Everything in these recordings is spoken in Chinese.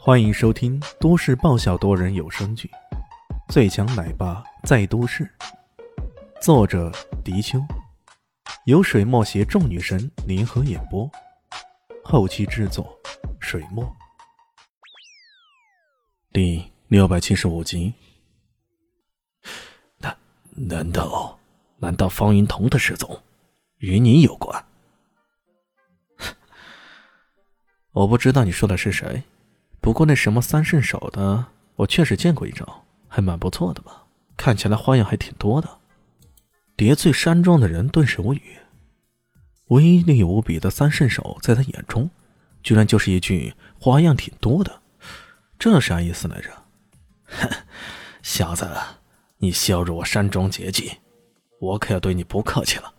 欢迎收听都市爆笑多人有声剧《最强奶爸在都市》，作者：迪秋，由水墨携众女神联合演播，后期制作：水墨。第675集。 难道方云彤的失踪与你有关？ 我不知道你说的是谁，不过那什么三圣手的我确实见过一招，还蛮不错的吧，看起来花样还挺多的。叠翠山庄的人顿时无语，威力无比的三圣手在他眼中居然就是一句花样挺多的，这啥意思来着？ 哼，小子，你羞辱我山庄节纪，我可要对你不客气了。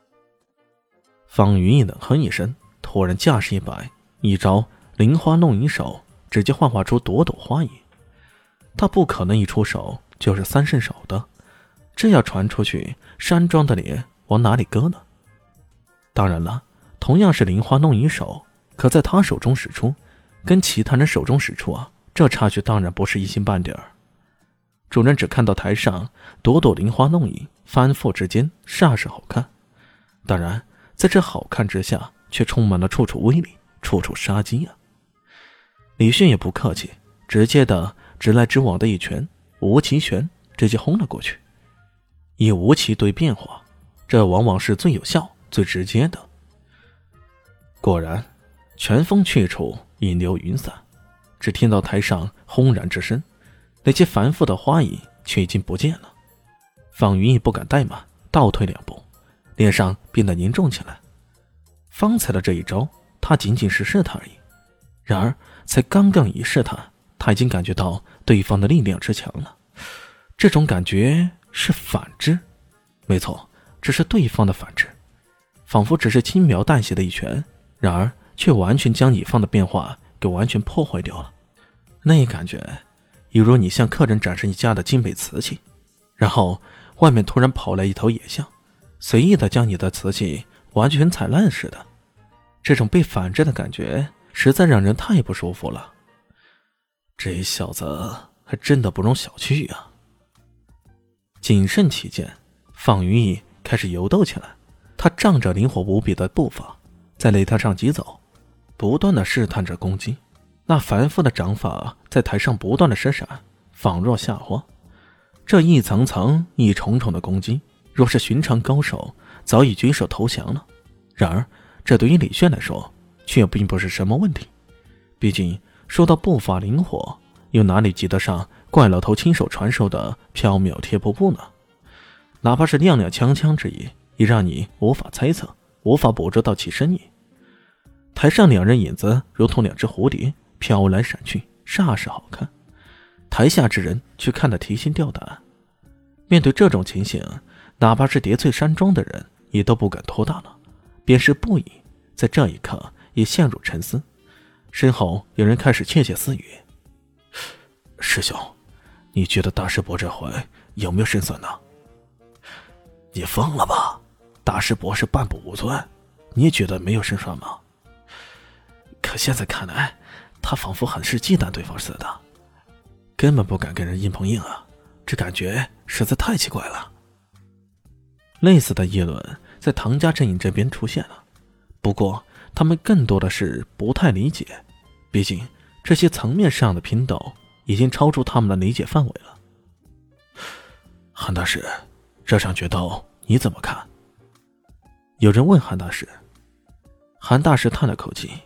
方云一冷哼一声，突然架势一摆，一招灵花弄影手直接幻化出朵朵花影。他不可能一出手就是三圣手的，这要传出去，山庄的脸往哪里搁呢？当然了，同样是灵花弄影手，可在他手中使出跟其他人手中使出这差距当然不是一星半点儿。主人只看到台上朵朵灵花弄影翻覆之间煞是好看，当然在这好看之下却充满了处处威力，处处杀机啊。李迅也不客气，直接的直来直往的一拳无极拳直接轰了过去。以无极对变化，这往往是最有效最直接的。果然拳风去除，引流云散，只听到台上轰然之声，那些繁复的花影却已经不见了。方云逸不敢怠慢，倒退2步，脸上变得凝重起来。方才的这一招他仅仅是试探而已，然而才刚刚一试探，他已经感觉到对方的力量之强了。这种感觉是反制，没错，这是对方的反制，仿佛只是轻描淡写的一拳，然而却完全将乙方的变化给完全破坏掉了。那感觉犹如你向客人展示你家的精美瓷器，然后外面突然跑来一头野象，随意的将你的瓷器完全踩烂似的。这种被反制的感觉实在让人太不舒服了。这小子还真的不容小觑啊。谨慎起见，方云逸开始游斗起来。他仗着灵活无比的步伐在擂台上疾走，不断的试探着攻击。那繁复的掌法在台上不断的施闪，仿若夏花。这一层层一重重的攻击，若是寻常高手早已举手投降了。然而这对于李炫来说却并不是什么问题，毕竟说到步伐灵活，又哪里及得上怪老头亲手传授的缥缈贴瀑布呢？哪怕是踉踉跄跄之意，也让你无法猜测，无法捕捉到其身影。台上两人影子如同2只蝴蝶飘来闪去，煞是好看。台下之人却看得提心吊胆。面对这种情形，哪怕是叠翠山庄的人也都不敢托大了，便是不已，在这一刻也陷入沉思。身后有人开始窃窃私语： 师兄，你觉得大师伯这回有没有胜算呢？你疯了吧？大师伯是半步无尊，你也觉得没有胜算吗？ 可现在看来，他仿佛很是忌惮对方似的，根本不敢跟人硬碰硬啊，这感觉实在太奇怪了。类似的议论在唐家阵营这边出现了，不过他们更多的是不太理解，毕竟这些层面上的拼斗已经超出他们的理解范围了。 韩大师，这场决斗你怎么看？ 有人问韩大师。韩大师叹了口气：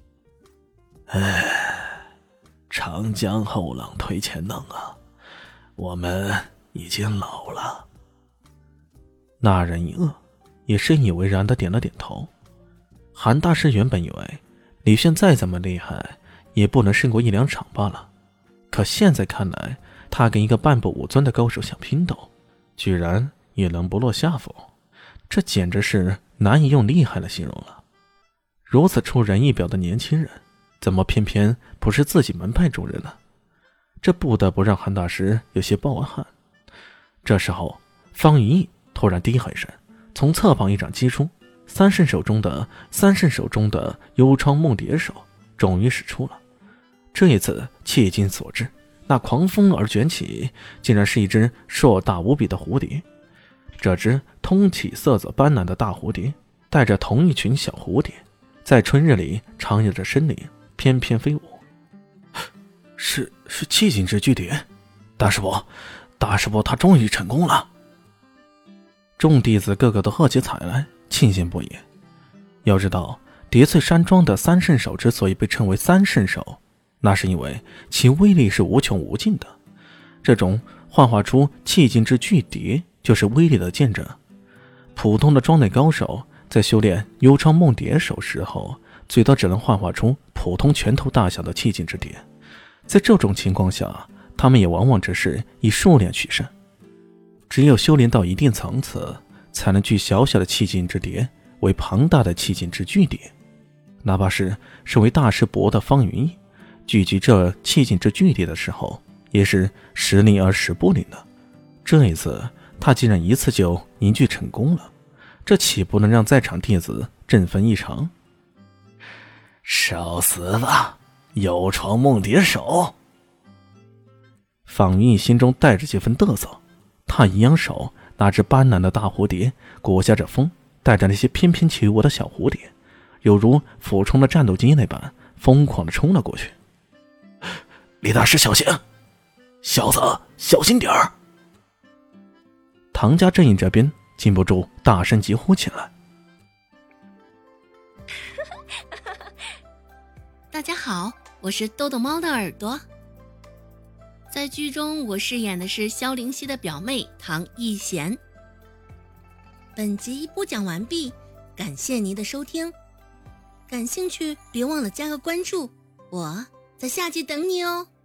长江后浪推前浪啊，我们已经老了。 那人一愕，也深以为然地点了点头。韩大师原本以为李炫再怎么厉害也不能胜过1-2场罢了，可现在看来，他跟一个半步无尊的高手相拼斗，居然也能不落下风，这简直是难以用厉害来形容了。如此出人意表的年轻人，怎么偏偏不是自己门派中人呢？这不得不让韩大师有些抱憾。这时候方云逸突然低喊一声，从侧旁一掌击出，三圣手中的幽窗梦蝶手终于使出了。 这一次迄今所至，那狂风而卷起，竟然是一只硕大无比的蝴蝶。这只通体色泽斑斓的大蝴蝶，带着同一群小蝴蝶，在春日里徜徉着森林，翩翩飞舞。 是寂静之巨蝶，大师伯他终于成功了。 众弟子个个都喝起彩来，庆幸不已。要知道，叠翠山庄的三圣手之所以被称为三圣手，那是因为其威力是无穷无尽的。这种幻化出寂静之巨蝶，就是威力的见证。普通的庄内高手在修炼幽窗梦蝶手时候，最多只能幻化出普通拳头大小的寂静之蝶。在这种情况下，他们也往往只是以数量取胜。只有修炼到一定层次，才能聚小小的寂静之蝶为庞大的寂静之巨蝶。哪怕是身为大师伯的方云逸，聚集这寂静之巨蝶的时候，也是时灵而时不灵的。这一次他竟然一次就凝聚成功了，这岂不能让在场弟子振奋异常？ 受死吧，幽窗梦蝶手！ 方云逸心中带着几分嘚瑟，他一扬手，那只斑斓的大蝴蝶裹挟着风，带着那些翩翩起舞的小蝴蝶，犹如俯冲的战斗机那般疯狂地冲了过去。 李大师小心，小子小心点儿！ 唐家阵营这边禁不住大声疾呼起来。 大家好，我是豆豆猫的耳朵。在剧中我饰演的是萧灵溪的表妹唐艺贤。本集播讲完毕，感谢您的收听。感兴趣别忘了加个关注，我在下集等你哦。